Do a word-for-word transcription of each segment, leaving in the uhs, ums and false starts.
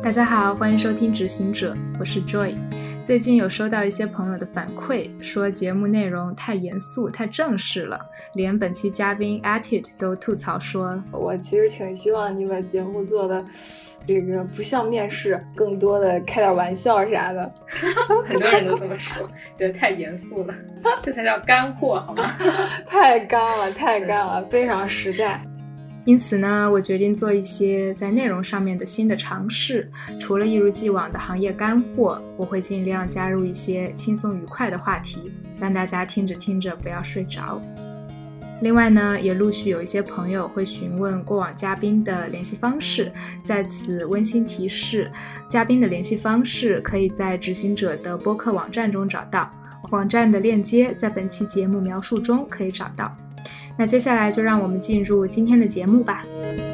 大家好，欢迎收听执行者，我是 Joy。 最近有收到一些朋友的反馈，说节目内容太严肃太正式了，连本期嘉宾 Atid 都吐槽说， 我其实挺希望你把节目做的这个不像面试，更多的开点玩笑啥的。 很多人都这么说，觉得太严肃了，这才叫干货好吗？ 太干了太干了，非常实在。 因此呢，我决定做一些在内容上面的新的尝试。除了一如既往的行业干货，我会尽量加入一些轻松愉快的话题，让大家听着听着不要睡着。另外呢，也陆续有一些朋友会询问过往嘉宾的联系方式，在此温馨提示，嘉宾的联系方式可以在执行者的播客网站中找到，网站的链接在本期节目描述中可以找到。那接下来就让我们进入今天的节目吧。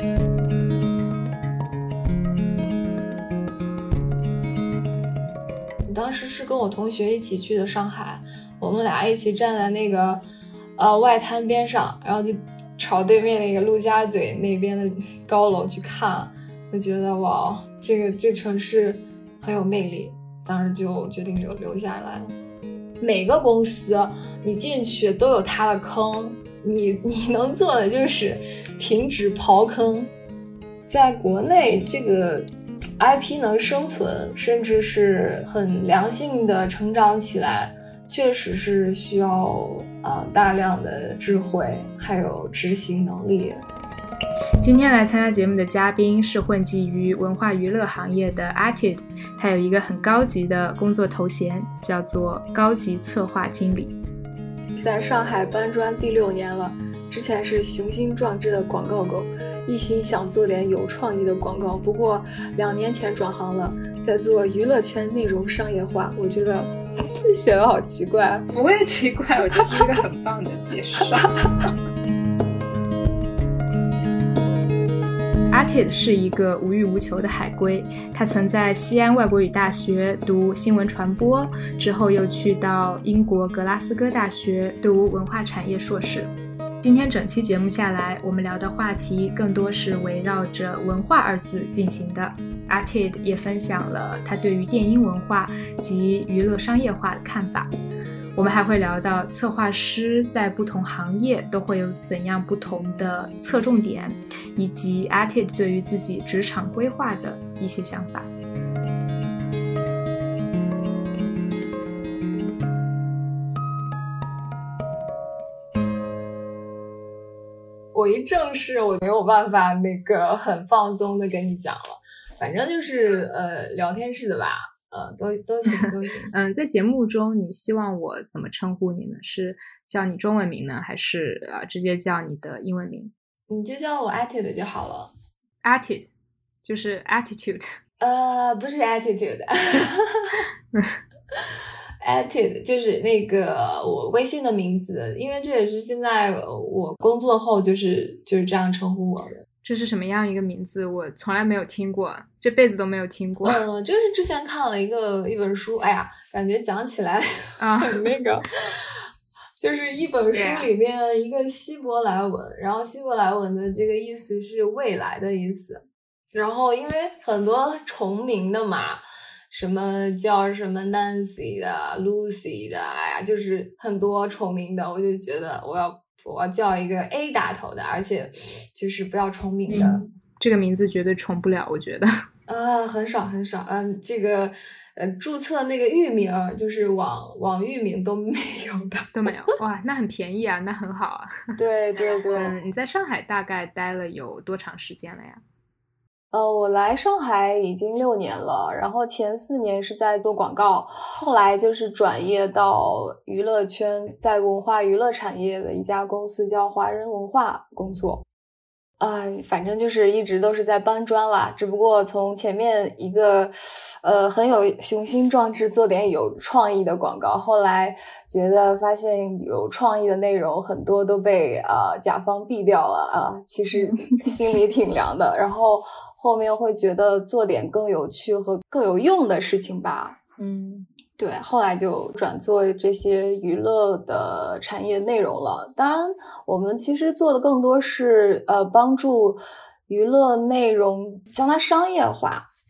当时是跟我同学一起去的上海，我们俩一起站在那个呃外滩边上，然后就朝对面那个陆家嘴那边的高楼去看，就觉得哇，这个这城市很有魅力，当时就决定留留下来。每个公司你进去都有它的坑，你你能做的就是停止刨坑。在国内这个 I P 能生存，甚至是很良性的成长起来，确实是需要啊、呃、大量的智慧还有执行能力。 今天来参加节目的嘉宾是混迹于文化娱乐行业的 Atid， 他有一个很高级的工作头衔，叫做高级策划经理。 在上海搬砖第六年了，之前是雄心壮志的广告狗，一心想做点有创意的广告，不过两年前转行了，在做娱乐圈内容商业化。我觉得写得好奇怪。 不会奇怪，我觉得是一个很棒的解释。Atid 是一个无欲无求的海归，他曾在西安外国语大学读新闻传播，之后又去到英国格拉斯哥大学读文化产业硕士。今天整期节目下来，我们聊的话题更多是围绕着文化二字进行的。Atid 也分享了他对于电音文化及娱乐商业化的看法。我们还会聊到策划师在不同行业都会有怎样不同的侧重点，以及 Atid 对于自己职场规划的一些想法。 我一正式我没有办法那个很放松的跟你讲了，反正就是呃聊天式的吧。呃，都都行都行。 嗯，在节目中你希望我怎么称呼你呢？是叫你中文名呢，还是呃直接叫你的英文名？ 你就叫我 Atid 就好了。 Atid 就是 attitude。 呃，不是 attitude。Atid 就是那个我微信的名字，因为这也是现在我工作后就是就是这样称呼我的。 这是什么样一个名字？我从来没有听过，这辈子都没有听过。 嗯，就是之前看了一个一本书，哎呀，感觉讲起来啊很那个，就是一本书里面一个希伯来文，然后希伯来文的这个意思是未来的意思，然后因为很多重名的嘛，什么叫什么 Nancy 的 Lucy 的，哎呀，就是很多重名的，我就觉得我要我要叫一个 A 打头的，而且就是不要重名的。 嗯，这个名字绝对重不了，我觉得。 啊，很少很少。嗯，这个呃，注册那个域名就是网网域名都没有的， 都没有。哇，那很便宜啊，那很好啊。 对对对。 嗯，你在上海大概待了有多长时间了呀？ 呃，我来上海已经六年了，然后前四年是在做广告，后来就是转业到娱乐圈，在文化娱乐产业的一家公司叫华人文化工作。啊、呃，反正就是一直都是在搬砖啦，只不过从前面一个呃很有雄心壮志做点有创意的广告，后来觉得发现有创意的内容很多都被呃甲方毙掉了啊、呃，其实心里挺凉的。然后后面会觉得做点更有趣和更有用的事情吧。嗯，对，后来就转做这些娱乐的产业内容了。当然我们其实做的更多是呃帮助娱乐内容将它商业化，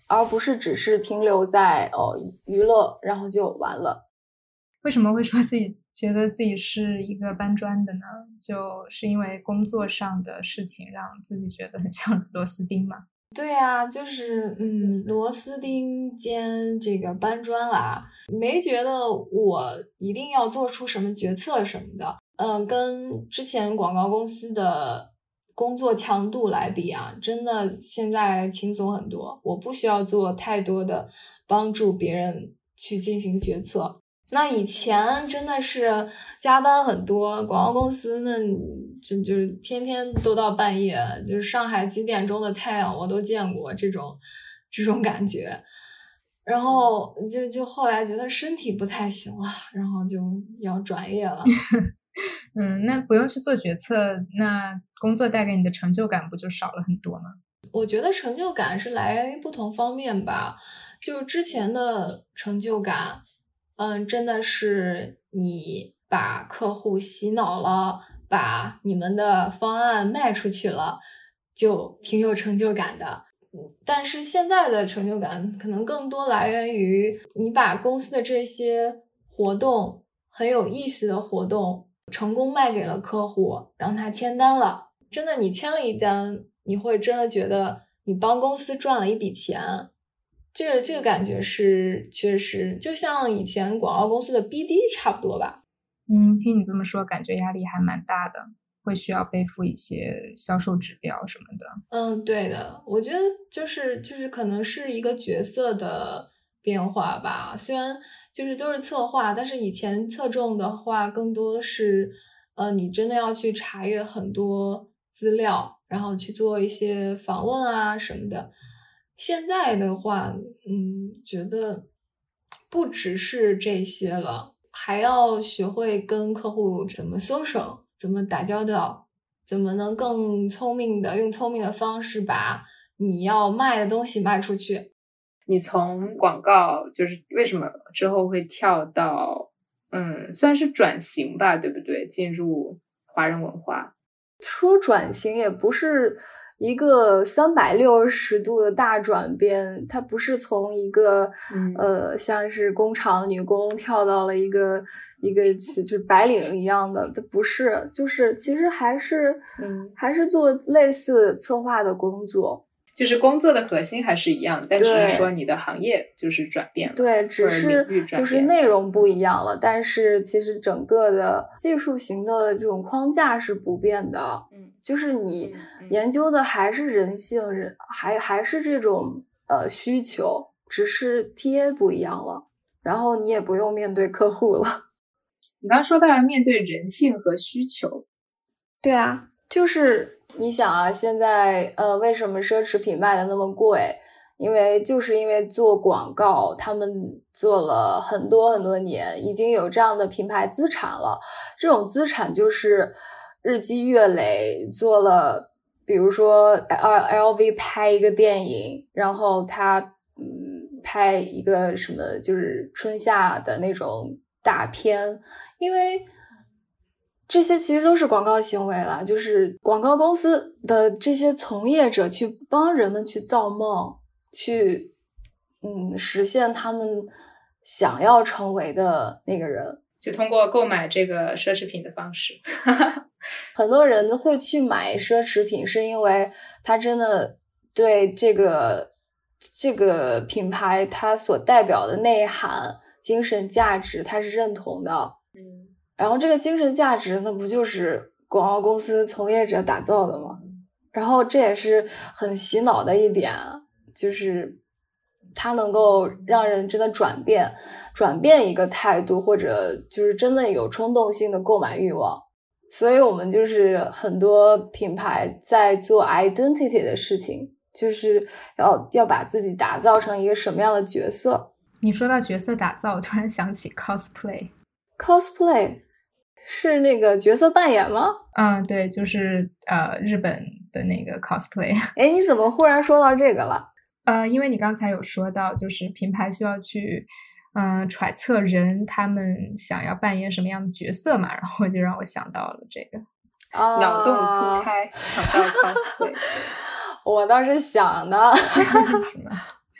而不是只是停留在哦娱乐然后就完了。 为什么会说自己觉得自己是一个搬砖的呢？就是因为工作上的事情让自己觉得很像螺丝钉吗？ 对啊，就是嗯，螺丝钉兼这个搬砖啦，没觉得我一定要做出什么决策什么的。嗯，跟之前广告公司的工作强度来比啊，真的现在轻松很多。我不需要做太多的帮助别人去进行决策。那以前真的是加班很多，广告公司那就就是天天都到半夜，就是上海几点钟的太阳我都见过，这种这种感觉。然后就就后来觉得身体不太行了，然后就要转业了。 嗯，那不用去做决策，那工作带给你的成就感不就少了很多吗？ 我觉得成就感是来源于不同方面吧，就是之前的成就感。嗯，真的是你把客户洗脑了，把你们的方案卖出去了，就挺有成就感的。但是现在的成就感可能更多来源于你把公司的这些活动，很有意思的活动，成功卖给了客户，让他签单了。真的，你签了一单，你会真的觉得你帮公司赚了一笔钱。这个这个感觉是确实就像以前广告公司的 B D 差不多吧。 嗯，听你这么说，感觉压力还蛮大的，会需要背负一些销售指标什么的。 嗯，对的，我觉得就是就是可能是一个角色的变化吧。虽然就是都是策划，但是以前侧重的话，更多是呃，你真的要去查阅很多资料，然后去做一些访问啊什么的。现在的话，嗯，觉得不只是这些了，还要学会跟客户怎么social，怎么打交道，怎么能更聪明的用聪明的方式把你要卖的东西卖出去。 你从广告就是为什么之后会跳到嗯，算是转型吧，对不对？进入华人文化。 说转型也不是一个三百六十度的大转变，它不是从一个、嗯、呃像是工厂女工跳到了一个一个就是白领一样的，它不是，就是其实还是嗯还是做类似策划的工作， 就是工作的核心还是一样，但只是说你的行业就是转变了， 对，只是就是内容不一样了，但是其实整个的技术型的这种框架是不变的。嗯，就是你研究的还是人性，人还还是这种呃需求，只是 T A 不一样了，然后你也不用面对客户了。 你刚刚说到了面对人性和需求。 对啊，就是你想啊，现在呃，为什么奢侈品卖的那么贵？因为就是因为做广告，他们做了很多很多年，已经有这样的品牌资产了。这种资产就是日积月累，做了，比如说 L V 拍一个电影，然后他嗯拍一个什么，就是春夏的那种大片，因为这些其实都是广告行为了，就是广告公司的这些从业者去帮人们去造梦，去嗯实现他们想要成为的那个人， 就通过购买这个奢侈品的方式。 很多人会去买奢侈品，是因为他真的对这个这个品牌它所代表的内涵、精神价值，他是认同的。嗯。然后这个精神价值那不就是广告公司从业者打造的吗？然后这也是很洗脑的一点，就是它能够让人真的转变转变一个态度，或者就是真的有冲动性的购买欲望。所以我们就是很多品牌在做 identity 的事情，就是要要把自己打造成一个什么样的角色。 你说到角色打造，我突然想起 cosplay。 cosplay是那个角色扮演吗？ 嗯，对，就是呃日本的那个 cosplay。 诶，你怎么忽然说到这个了？ 呃，因为你刚才有说到，就是品牌需要去嗯、呃、揣测人他们想要扮演什么样的角色嘛，然后就让我想到了这个啊， 脑洞铺开，想到 cosplay。 我倒是想的。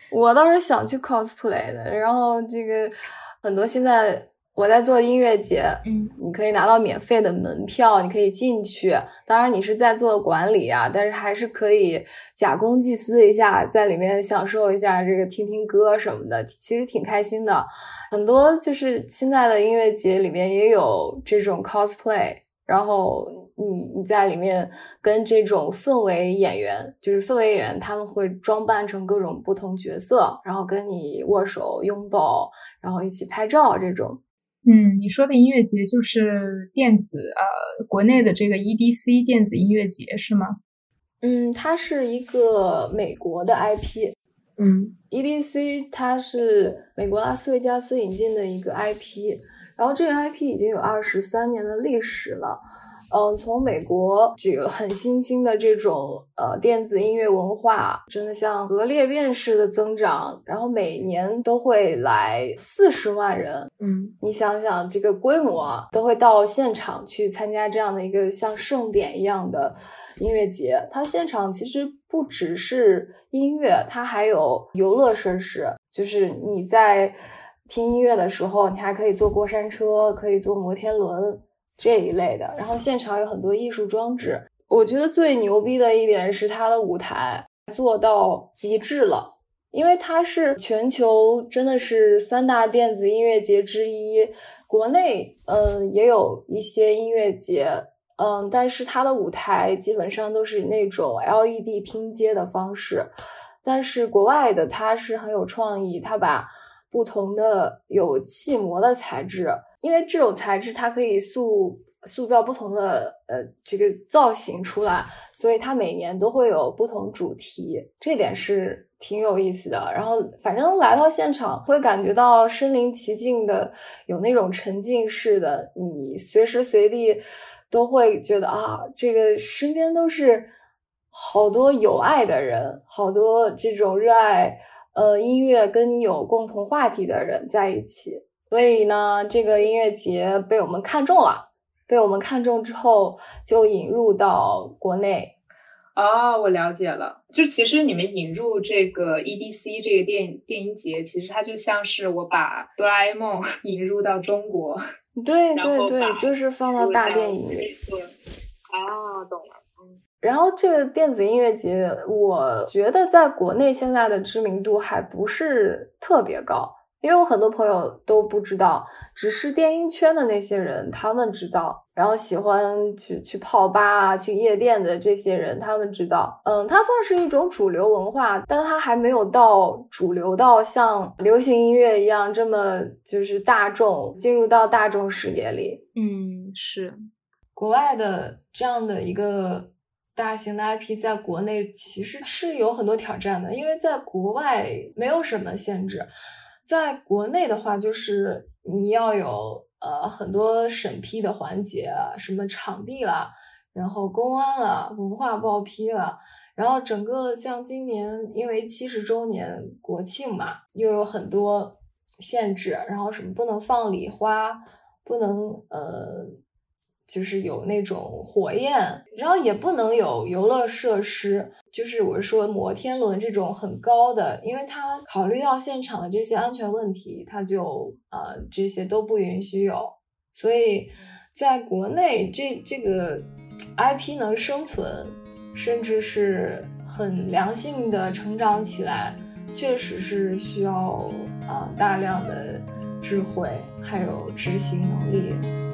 我倒是想去 cosplay 的，然后这个很多现在我在做音乐节， 嗯， 你可以拿到免费的门票，你可以进去。当然你是在做管理啊，但是还是可以假公济私一下，在里面享受一下这个听听歌什么的，其实挺开心的。很多就是现在的音乐节里面也有这种 cosplay， 然后你你在里面跟这种氛围演员，就是氛围演员，他们会装扮成各种不同角色，然后跟你握手拥抱，然后一起拍照这种。 嗯，你说的音乐节就是电子呃，国内的这个 E D C 电子音乐节是吗？ 嗯，它是一个美国的 I P。 嗯 E D C 它是美国拉斯维加斯引进的一个 I P， 然后这个 I P 已经有二十三年的历史了。嗯，从美国这个很新兴的这种呃电子音乐文化，真的像核裂变式的增长，然后每年都会来四十万人。 嗯， 你想想这个规模啊，都会到现场去参加这样的一个像盛典一样的音乐节。它现场其实不只是音乐，它还有游乐设施，就是你在听音乐的时候，你还可以坐过山车，可以坐摩天轮这一类的，然后现场有很多艺术装置。我觉得最牛逼的一点是它的舞台做到极致了，因为它是全球真的是三大电子音乐节之一。国内嗯也有一些音乐节，嗯，但是它的舞台基本上都是那种 L E D 拼接的方式，但是国外的它是很有创意，它把不同的有气膜的材质，因为这种材质它可以塑塑造不同的呃这个造型出来，所以它每年都会有不同主题，这点是挺有意思的。然后反正来到现场会感觉到身临其境的，有那种沉浸式的，你随时随地都会觉得啊，这个身边都是好多有爱的人，好多这种热爱呃音乐跟你有共同话题的人在一起。所以呢，这个音乐节被我们看中了，被我们看中之后就引入到国内。 哦，我了解了。就其实你们引入这个 E D C 这个电电音节，其实它就像是我把哆啦 A 梦引入到中国。 对对对，就是放到大电影里。 啊，懂了。嗯。 然后这个电子音乐节，我觉得在国内现在的知名度还不是特别高。因为我很多朋友都不知道，只是电音圈的那些人他们知道，然后喜欢去去泡吧啊去夜店的这些人他们知道。嗯，它算是一种主流文化，但它还没有到主流到像流行音乐一样这么就是大众进入到大众视野里。 嗯，是国外的这样的一个大型的 I P 在国内其实是有很多挑战的，因为在国外没有什么限制，在国内的话就是你要有呃很多审批的环节，什么场地啦，然后公安啦，文化报批啦，然后整个像今年因为七十周年国庆嘛，又有很多限制，然后什么不能放礼花，不能呃就是有那种火焰，然后也不能有游乐设施，就是我说摩天轮这种很高的，因为它考虑到现场的这些安全问题，它就呃这些都不允许有。所以在国内这这个 I P 能生存，甚至是很良性的成长起来，确实是需要啊、呃、大量的智慧还有执行能力。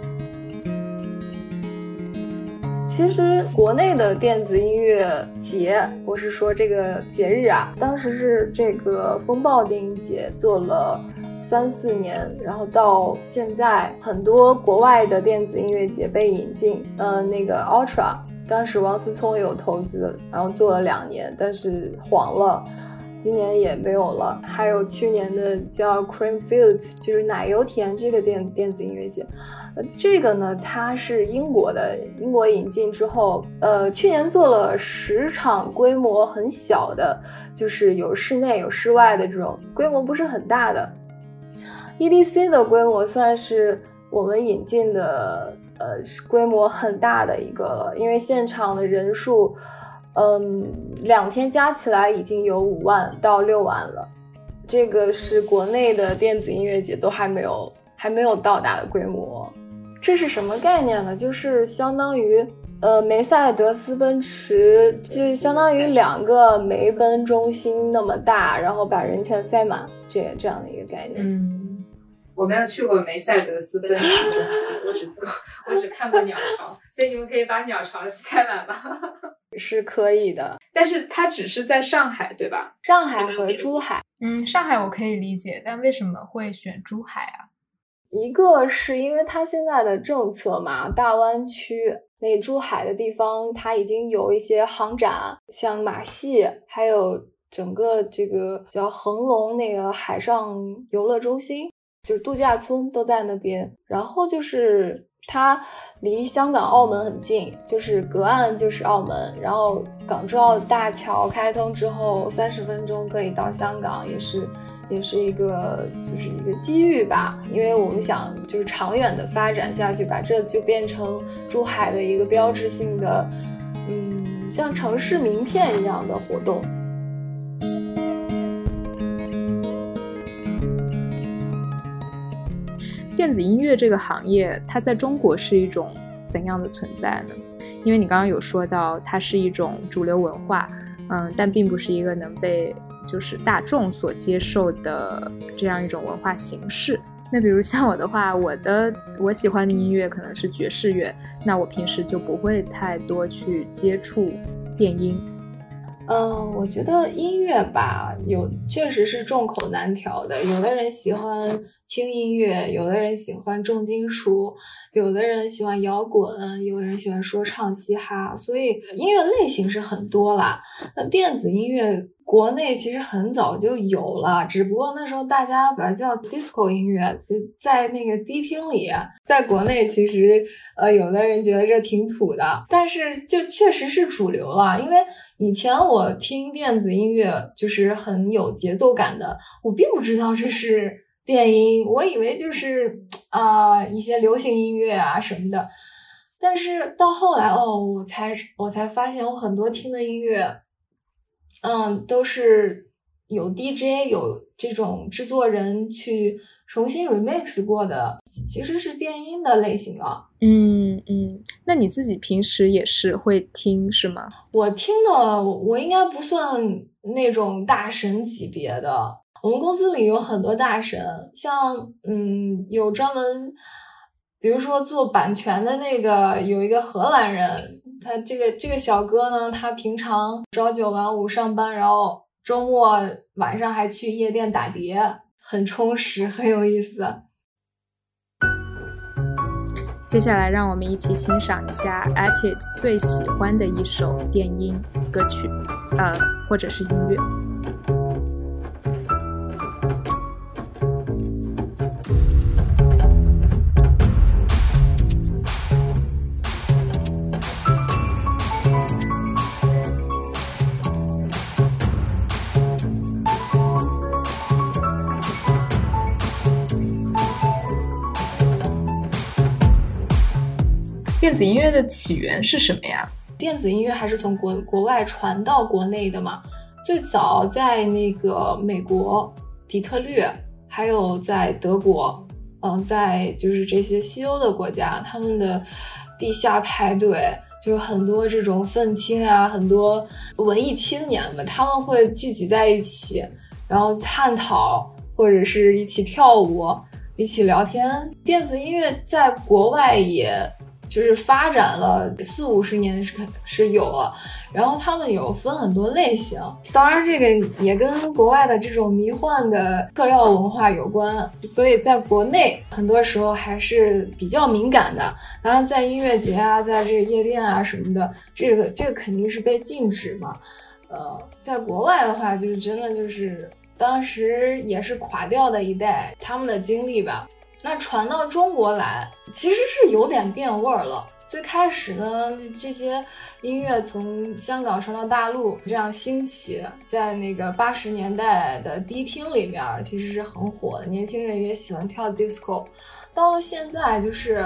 其实国内的电子音乐节，我是说这个节日啊，当时是这个风暴电音节做了三四年，然后到现在很多国外的电子音乐节被引进，呃，那个 Ultra， 当时王思聪有投资，然后做了两年，但是黄了。今年也没有了。还有去年的叫 Creamfields， 就是奶油田这个电电子音乐节，呃，这个呢它是英国的，英国引进之后，呃，去年做了十场，规模很小的，就是有室内有室外的这种，规模不是很大的。E D C 的规模算是我们引进的呃规模很大的一个了，因为现场的人数。嗯，两天加起来已经有五万到六万了， 这个是国内的电子音乐节都还没有还没有到达的规模。这是什么概念呢？就是相当于呃梅赛德斯奔驰就相当于两个梅奔中心那么大，然后把人全塞满，这这样的一个概念。 嗯，我没有去过梅赛德斯奔驰中心，我只我只看过鸟巢，所以你们可以把鸟巢塞满吗？ 是可以的， 但是它只是在上海，对吧？ 上海和珠海。 嗯，上海我可以理解，但为什么会选珠海啊？ 一个是因为它现在的政策嘛，大湾区那珠海的地方，它已经有一些航展，像马戏，还有整个这个叫恒隆那个海上游乐中心，就是度假村都在那边。然后就是它离香港、澳门很近，就是隔岸就是澳门，然后港珠澳大桥开通之后，三十分钟可以到香港，也是。也是一个就是一个机遇吧，因为我们想就是长远的发展下去，把这就变成珠海的一个标志性的嗯像城市名片一样的活动。 电子音乐这个行业它在中国是一种怎样的存在呢？因为你刚刚有说到它是一种主流文化，嗯，但并不是一个能被就是大众所接受的这样一种文化形式。那比如像我的话，我的我喜欢的音乐可能是爵士乐，那我平时就不会太多去接触电音。 嗯，我觉得音乐吧，有确实是众口难调的。有的人喜欢轻音乐，有的人喜欢重金属，有的人喜欢摇滚，有的人喜欢说唱嘻哈，所以音乐类型是很多啦。那电子音乐国内其实很早就有了，只不过那时候大家把它叫 disco 音乐，就在那个迪厅里，在国内其实呃有的人觉得这挺土的，但是就确实是主流了。因为以前我听电子音乐就是很有节奏感的，我并不知道这是电音，我以为就是啊、呃、一些流行音乐啊什么的。但是到后来哦，我才我才发现我很多听的音乐嗯，都是有 D J 有这种制作人去重新 remix 过的，其实是电音的类型了。 嗯嗯，那你自己平时也是会听是吗？ 我听的我应该不算那种大神级别的，我们公司里有很多大神，像嗯有专门比如说做版权的那个有一个荷兰人，他这个这个小哥呢，他平常朝九晚五上班，然后周末晚上还去夜店打碟，很充实，很有意思。 接下来让我们一起欣赏一下 Attit 最喜欢的一首电音歌曲，呃，或者是音乐。电子音乐的起源是什么呀？ 电子音乐还是从国国外传到国内的嘛。最早在那个美国底特律，还有在德国，嗯，在就是这些西欧的国家，他们的地下派对就有很多这种愤青啊，很多文艺青年们，他们会聚集在一起，然后探讨或者是一起跳舞，一起聊天。电子音乐在国外也就是发展了四五十年是是有了，然后他们有分很多类型，当然这个也跟国外的这种迷幻的嗑药文化有关，所以在国内很多时候还是比较敏感的。当然在音乐节啊，在这个夜店啊什么的，这个这个肯定是被禁止嘛。呃，在国外的话，就是真的就是当时也是垮掉的一代，他们的经历吧。那传到中国来，其实是有点变味儿了。最开始呢，这些音乐从香港传到大陆这样兴起，在那个八十年代的迪厅里面，其实是很火的，年轻人也喜欢跳 disco。到现在就是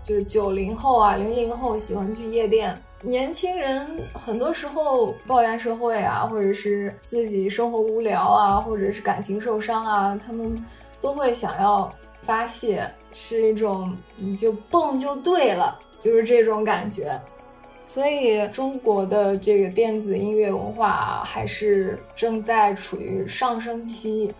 就是九零后啊零零后喜欢去夜店，年轻人很多时候抱怨社会啊，或者是自己生活无聊啊，或者是感情受伤啊，他们都会想要发泄，是一种你就蹦就对了，就是这种感觉。所以中国的这个电子音乐文化还是正在处于上升期。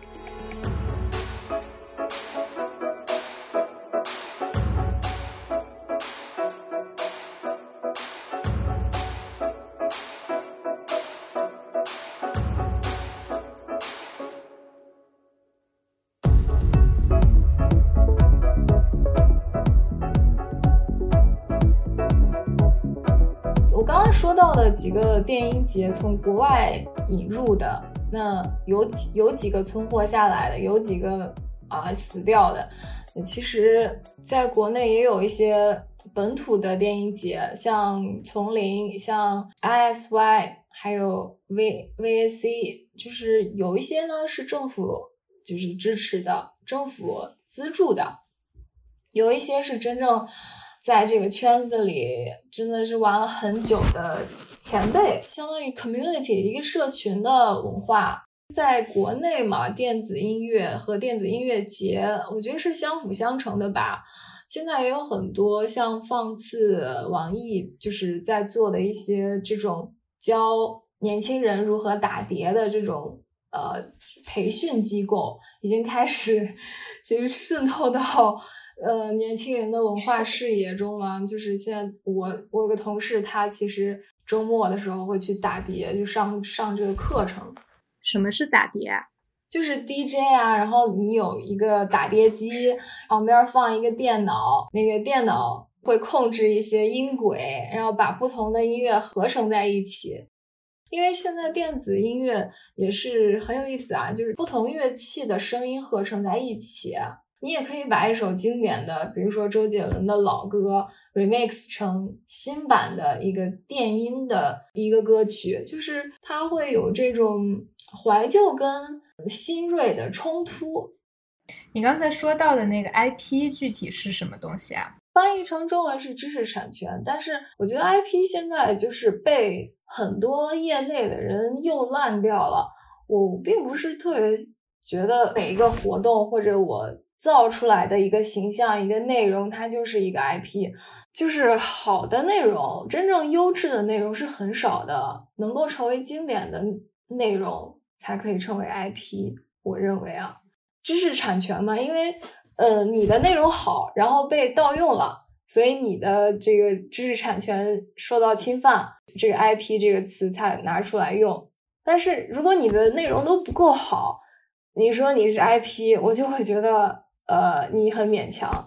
说到的几个电音节从国外引入的，那有几有几个存活下来的，有几个啊死掉的。其实在国内也有一些本土的电音节，像丛林，像 I S Y， 还有 V VAC， 就是有一些呢是政府就是支持的，政府资助的，有一些是真正在这个圈子里真的是玩了很久的前辈，相当于 community 一个社群的文化。在国内嘛，电子音乐和电子音乐节我觉得是相辅相成的吧。现在也有很多像放肆、网易就是在做的一些这种教年轻人如何打碟的这种呃培训机构，已经开始其实渗透到呃，年轻人的文化视野中嘛。就是现在我我有个同事，他其实周末的时候会去打碟，就上上这个课程。 什么是打碟啊？ 就是 D J 啊，然后你有一个打碟机，旁边放一个电脑，那个电脑会控制一些音轨，然后把不同的音乐合成在一起。因为现在电子音乐也是很有意思啊，就是不同乐器的声音合成在一起。你也可以把一首经典的，比如说周杰伦的老歌 remix 成新版的一个电音的一个歌曲，就是它会有这种怀旧跟新锐的冲突。 你刚才说到的那个 I P 具体是什么东西啊？ 翻译成中文是知识产权，但是我觉得 I P 现在就是被很多业内的人用烂掉了。我并不是特别觉得每一个活动或者我造出来的一个形象一个内容它就是一个 I P， 就是好的内容，真正优质的内容是很少的，能够成为经典的内容才可以称为 I P。 我认为啊，知识产权嘛，因为呃你的内容好然后被盗用了，所以你的这个知识产权受到侵犯，这个 I P 这个词才拿出来用。但是如果你的内容都不够好，你说你是 I P， 我就会觉得呃，你很勉强。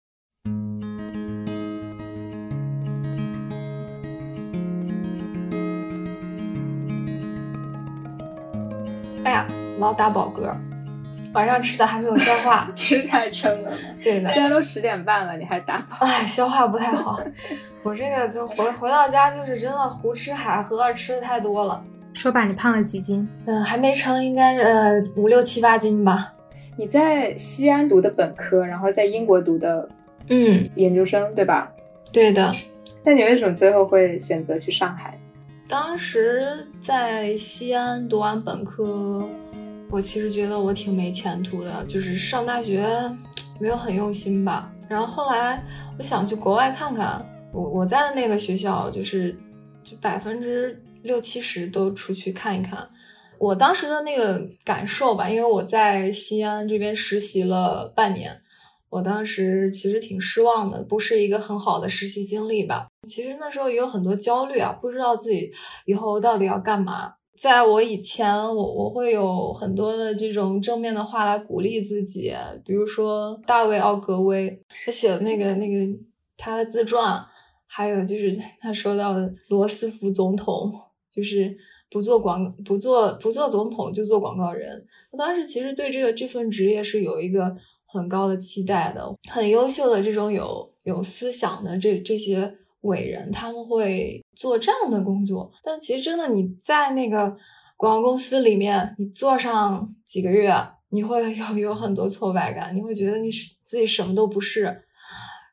哎呀，老打饱嗝，晚上吃的还没有消化， 吃太撑了。 对的， 现在都十点半了，你还打饱？ 哎，消化不太好。我这个就回回到家就是真的胡吃海喝，吃的太多了。 说吧，你胖了几斤？ 嗯，还没称，应该呃五六七八斤吧。 你在西安读的本科，然后在英国读的嗯研究生，对吧？ 对的。 那你为什么最后会选择去上海？ 当时在西安读完本科，我其实觉得我挺没前途的，就是上大学没有很用心吧。然后后来我想去国外看看，我我在的那个学校就是就百分之六七十都出去看一看。我当时的那个感受吧，因为我在西安这边实习了半年，我当时其实挺失望的，不是一个很好的实习经历吧。其实那时候也有很多焦虑啊，不知道自己以后到底要干嘛。在我以前，我我会有很多的这种正面的话来鼓励自己，比如说大卫奥格威他写的那个那个他的自传，还有就是他说到的罗斯福总统，就是不做广不做不做总统就做广告人。我当时其实对这个这份职业是有一个很高的期待的，很优秀的这种有有思想的这这些伟人，他们会做这样的工作。但其实真的你在那个广告公司里面，你做上几个月，你会有有很多挫败感，你会觉得你自己什么都不是。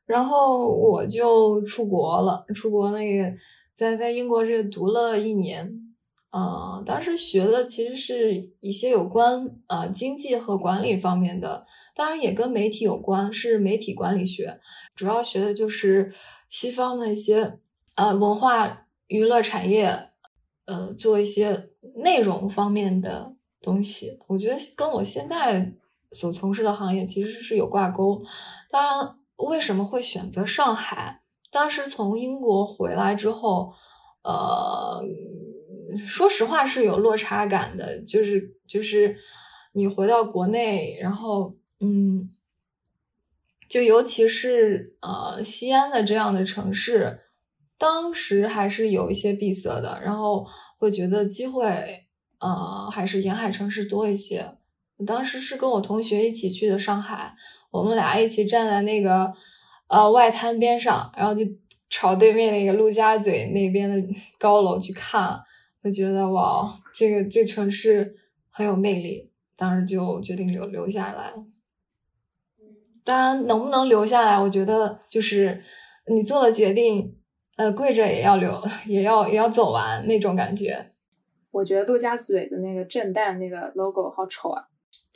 然后我就出国了，出国那个在在英国这个读了一年，呃，当时学的其实是一些有关呃经济和管理方面的，当然也跟媒体有关，是媒体管理学，主要学的就是西方的一些呃文化娱乐产业，呃，做一些内容方面的东西。我觉得跟我现在所从事的行业其实是有挂钩。当然，为什么会选择上海？当时从英国回来之后，呃，说实话是有落差感的，就是就是你回到国内，然后嗯，就尤其是呃西安的这样的城市，当时还是有一些闭塞的，然后会觉得机会呃还是沿海城市多一些。当时是跟我同学一起去的上海，我们俩一起站在那个呃外滩边上，然后就朝对面那个陆家嘴那边的高楼去看，就觉得哇，这个这城市很有魅力，当时就决定留留下来了。当然，能不能留下来，我觉得就是你做了决定，呃，跪着也要留，也要也要走完那种感觉。 我觉得陆家嘴的那个震旦那个 logo 好丑啊。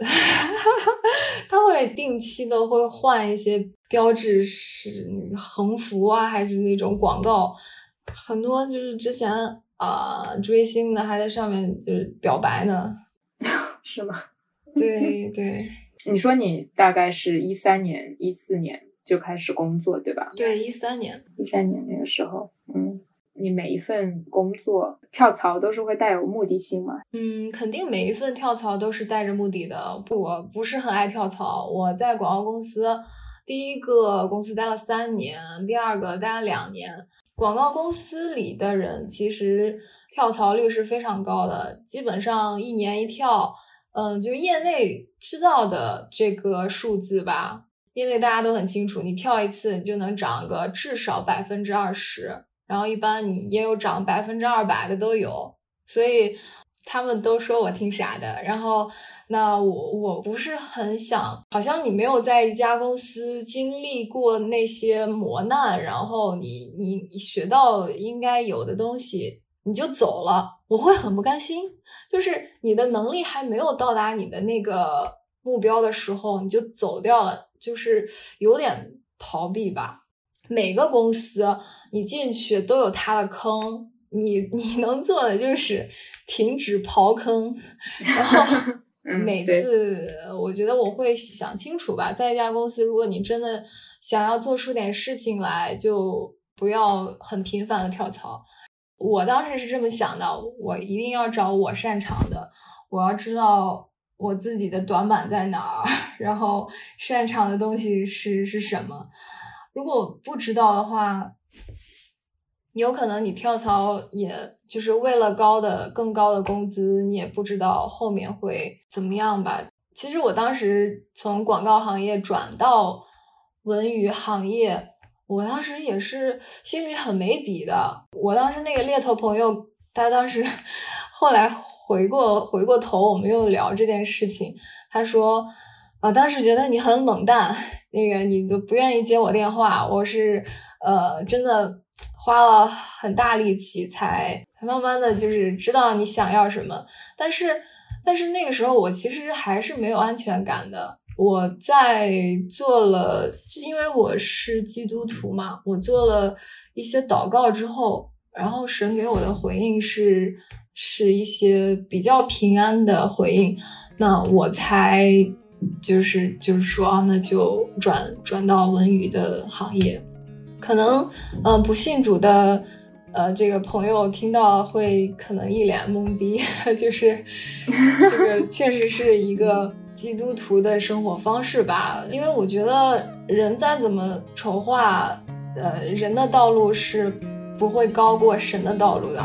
他会定期的会换一些标志，是横幅啊，还是那种广告，很多就是之前啊、呃、追星的还在上面就是表白呢。 是吗？ 对对。 你说你大概是一三年、一四年就开始工作，对吧？ 对，一三年， 一三年那个时候，嗯，你每一份工作跳槽都是会带有目的性吗？ 嗯，肯定每一份跳槽都是带着目的的。不，我不是很爱跳槽。我在广告公司，第一个公司待了三年，第二个待了两年。广告公司里的人其实跳槽率是非常高的，基本上一年一跳。嗯，就业内知道的这个数字吧，业内大家都很清楚，你跳一次你就能涨个至少百分之二十，然后一般你也有涨百分之二百的都有，所以他们都说我挺傻的。然后那我我不是很想，好像你没有在一家公司经历过那些磨难，然后你你你学到应该有的东西你就走了，我会很不甘心。就是你的能力还没有到达你的那个目标的时候，你就走掉了，就是有点逃避吧。每个公司你进去都有它的坑，你你能做的就是停止刨坑，然后每次我觉得我会想清楚吧，在一家公司，如果你真的想要做出点事情来，就不要很频繁的跳槽。我当时是这么想的，我一定要找我擅长的，我要知道我自己的短板在哪儿，然后擅长的东西是是什么。如果不知道的话，有可能你跳槽也就是为了高的更高的工资，你也不知道后面会怎么样吧。其实我当时从广告行业转到文娱行业，我当时也是心里很没底的。我当时那个猎头朋友，他当时后来回过回过头，我们又聊这件事情。他说啊，当时觉得你很冷淡，那个你都不愿意接我电话，我是呃真的花了很大力气才才慢慢的就是知道你想要什么。但是但是那个时候我其实还是没有安全感的。我在做了，因为我是基督徒嘛，我做了一些祷告之后，然后神给我的回应是是一些比较平安的回应，那我才就是就是说啊，那就转转到文娱的行业。可能嗯、呃、不信主的呃这个朋友听到会可能一脸懵逼，就是这个确实是一个基督徒的生活方式吧。因为我觉得人再怎么丑化，呃人的道路是不会高过神的道路的。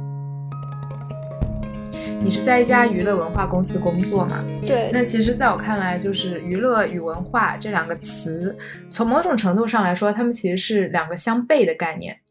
你是在一家娱乐文化公司工作嘛？ 对。 那其实在我看来，就是娱乐与文化这两个词，从某种程度上来说，它们其实是两个相悖的概念，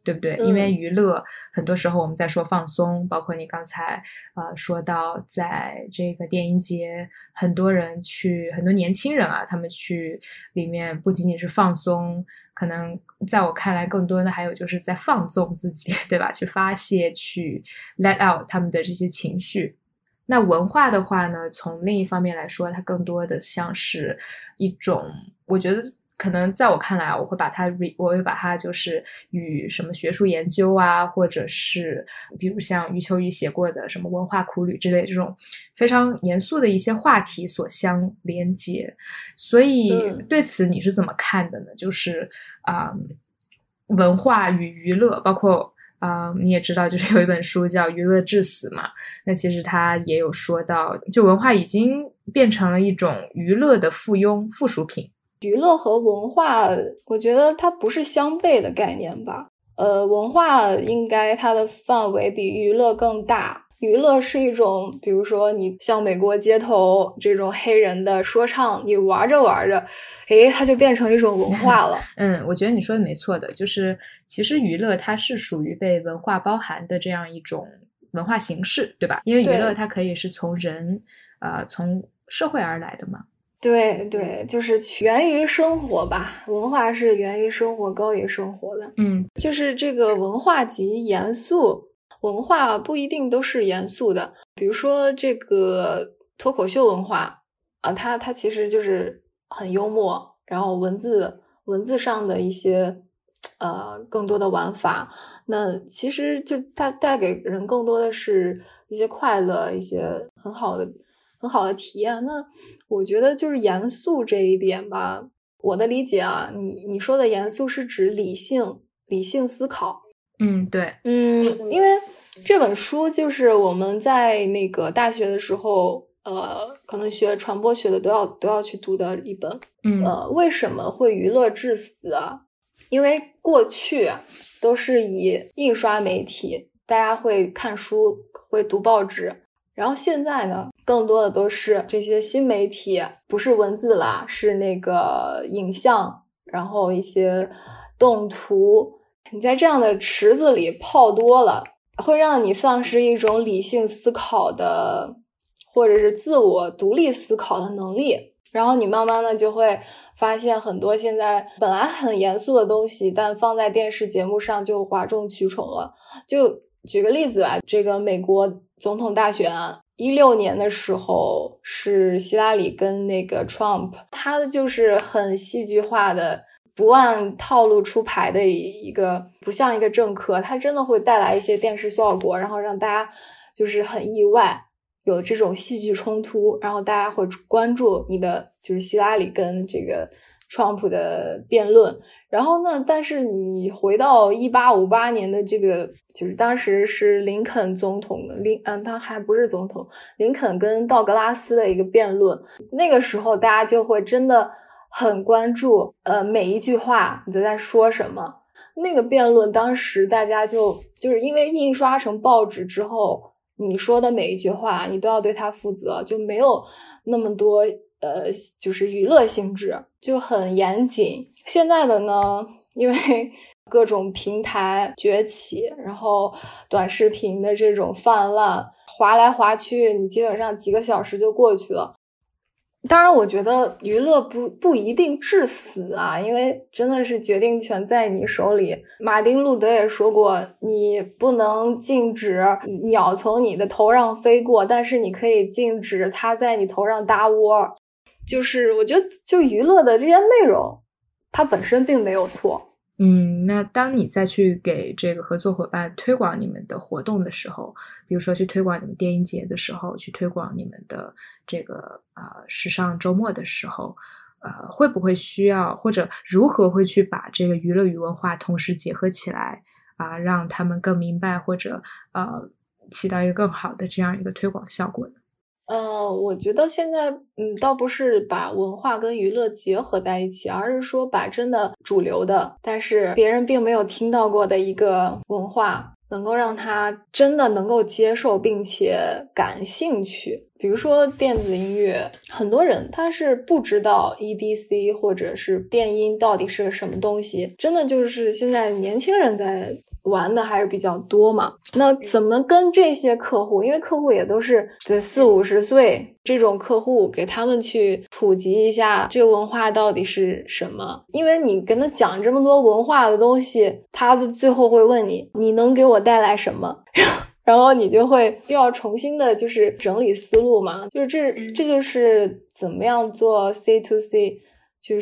对不对？ 嗯、 因为娱乐很多时候我们在说放松，包括你刚才呃说到在这个电影节，很多人去，很多年轻人啊，他们去里面不仅仅是放松，可能在我看来更多的还有就是在放纵自己，对吧？去发泄，去 let out 他们的这些情绪。那文化的话呢，从另一方面来说，它更多的像是一种，我觉得可能在我看来，我会把它，我会把它就是与什么学术研究啊，或者是比如像余秋雨写过的什么文化苦旅之类这种非常严肃的一些话题所相连接。所以对此你是怎么看的呢？就是啊、呃，文化与娱乐，包括。啊、uh, 你也知道，就是有一本书叫《娱乐至死》嘛。那其实他也有说到，就文化已经变成了一种娱乐的附庸、附属品。 娱乐和文化，我觉得它不是相悖的概念吧。呃，文化应该它的范围比娱乐更大。娱乐是一种，比如说你像美国街头这种黑人的说唱，你玩着玩着，诶，它就变成一种文化了。 嗯，我觉得你说的没错的，就是其实娱乐它是属于被文化包含的这样一种文化形式，对吧？因为娱乐它可以是从人呃从社会而来的嘛。 对对，就是源于生活吧，文化是源于生活、高于生活的。 嗯， 就是这个文化极严肃。文化不一定都是严肃的，比如说这个脱口秀文化啊，它它其实就是很幽默，然后文字文字上的一些呃更多的玩法，那其实就它带给人更多的是一些快乐，一些很好的很好的体验。那我觉得就是严肃这一点吧，我的理解啊，你你说的严肃是指理性理性思考。 嗯，对， 嗯，因为这本书就是我们在那个大学的时候，呃，可能学传播学的都要都要去读的一本。 嗯， 呃，为什么会娱乐至死啊？因为过去都是以印刷媒体，大家会看书，会读报纸，然后现在呢，更多的都是这些新媒体，不是文字啦，是那个影像，然后一些动图。你在这样的池子里泡多了，会让你丧失一种理性思考的，或者是自我独立思考的能力。然后你慢慢的就会发现很多现在本来很严肃的东西，但放在电视节目上就哗众取宠了。就举个例子吧，这个美国总统大选一六年的时候是希拉里跟那个 Trump， 他就是很戏剧化的，不按套路出牌的一个，不像一个政客，他真的会带来一些电视效果，然后让大家就是很意外，有这种戏剧冲突，然后大家会关注你的就是希拉里跟这个 Trump 的辩论。然后呢，但是你回到一八五八年的这个，就是当时是林肯总统的林，嗯，他还不是总统，林肯跟道格拉斯的一个辩论，那个时候大家就会真的很关注，呃，每一句话你在说什么。那个辩论当时大家就就是因为印刷成报纸之后，你说的每一句话你都要对它负责，就没有那么多呃，就是娱乐性质，就很严谨。现在的呢，因为各种平台崛起，然后短视频的这种泛滥，滑来滑去，你基本上几个小时就过去了。当然我觉得娱乐不不一定致死啊，因为真的是决定权在你手里。马丁路德也说过，你不能禁止鸟从你的头上飞过，但是你可以禁止它在你头上搭窝。就是我觉得就娱乐的这些内容它本身并没有错。 嗯，那当你再去给这个合作伙伴推广你们的活动的时候，比如说去推广你们电影节的时候，去推广你们的这个呃时尚周末的时候，呃，会不会需要或者如何会去把这个娱乐与文化同时结合起来啊、呃，让他们更明白或者呃起到一个更好的这样一个推广效果呢？ 呃，我觉得现在，嗯，倒不是把文化跟娱乐结合在一起，而是说把真的主流的，但是别人并没有听到过的一个文化，能够让他真的能够接受并且感兴趣。比如说电子音乐，很多人他是不知道 E D C 或者是电音到底是个什么东西，真的就是现在年轻人在玩的还是比较多嘛。那怎么跟这些客户，因为客户也都是这四五十岁这种客户，给他们去普及一下这个文化到底是什么？因为你跟他讲这么多文化的东西，他最后会问你，你能给我带来什么？然后你就会又要重新的就是整理思路嘛，就是这这就是怎么样做 C to C， 就是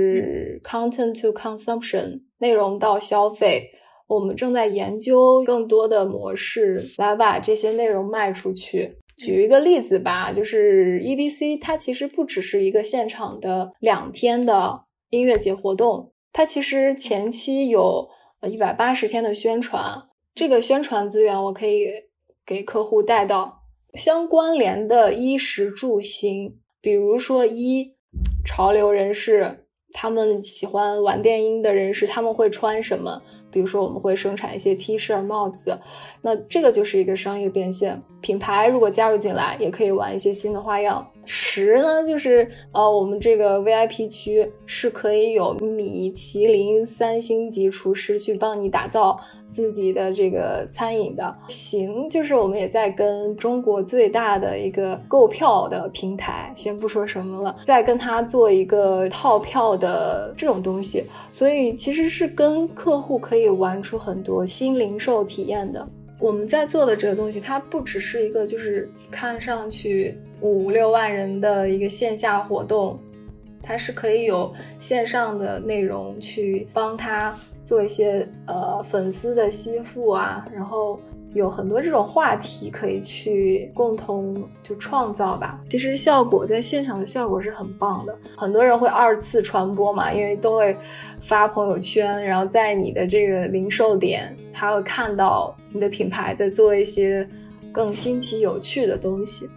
content to consumption， 内容到消费。我们正在研究更多的模式来把这些内容卖出去。举一个例子吧，就是 E D C 它其实不只是一个现场的两天的音乐节活动，它其实前期有一百八十天的宣传，这个宣传资源我可以给客户带到相关联的衣食住行，比如说一潮流人士，他们喜欢玩电音的人士他们会穿什么，比如说我们会生产一些 T 恤帽子，那这个就是一个商业变现。品牌如果加入进来也可以玩一些新的花样。十呢就是呃，我们这个 V I P 区是可以有米其林三星级厨师去帮你打造自己的这个餐饮的。行就是我们也在跟中国最大的一个购票的平台，先不说什么了，再跟他做一个套票的这种东西，所以其实是跟客户可以玩出很多新零售体验的。我们在做的这个东西它不只是一个就是看上去五六万人的一个线下活动，它是可以有线上的内容去帮他做一些呃粉丝的吸附啊，然后有很多这种话题可以去共同就创造吧。其实效果在现场的效果是很棒的，很多人会二次传播嘛，因为都会发朋友圈，然后在你的这个零售点他会看到你的品牌在做一些更新奇有趣的东西。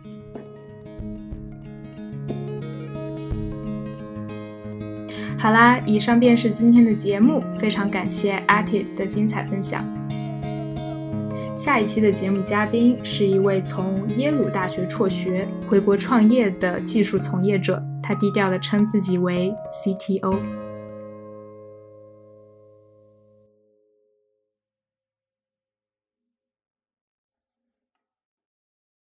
好啦，以上便是今天的节目，非常感谢 Artist 的精彩分享。下一期的节目嘉宾是一位从耶鲁大学辍学回国创业的技术从业者，他低调地称自己为 C T O。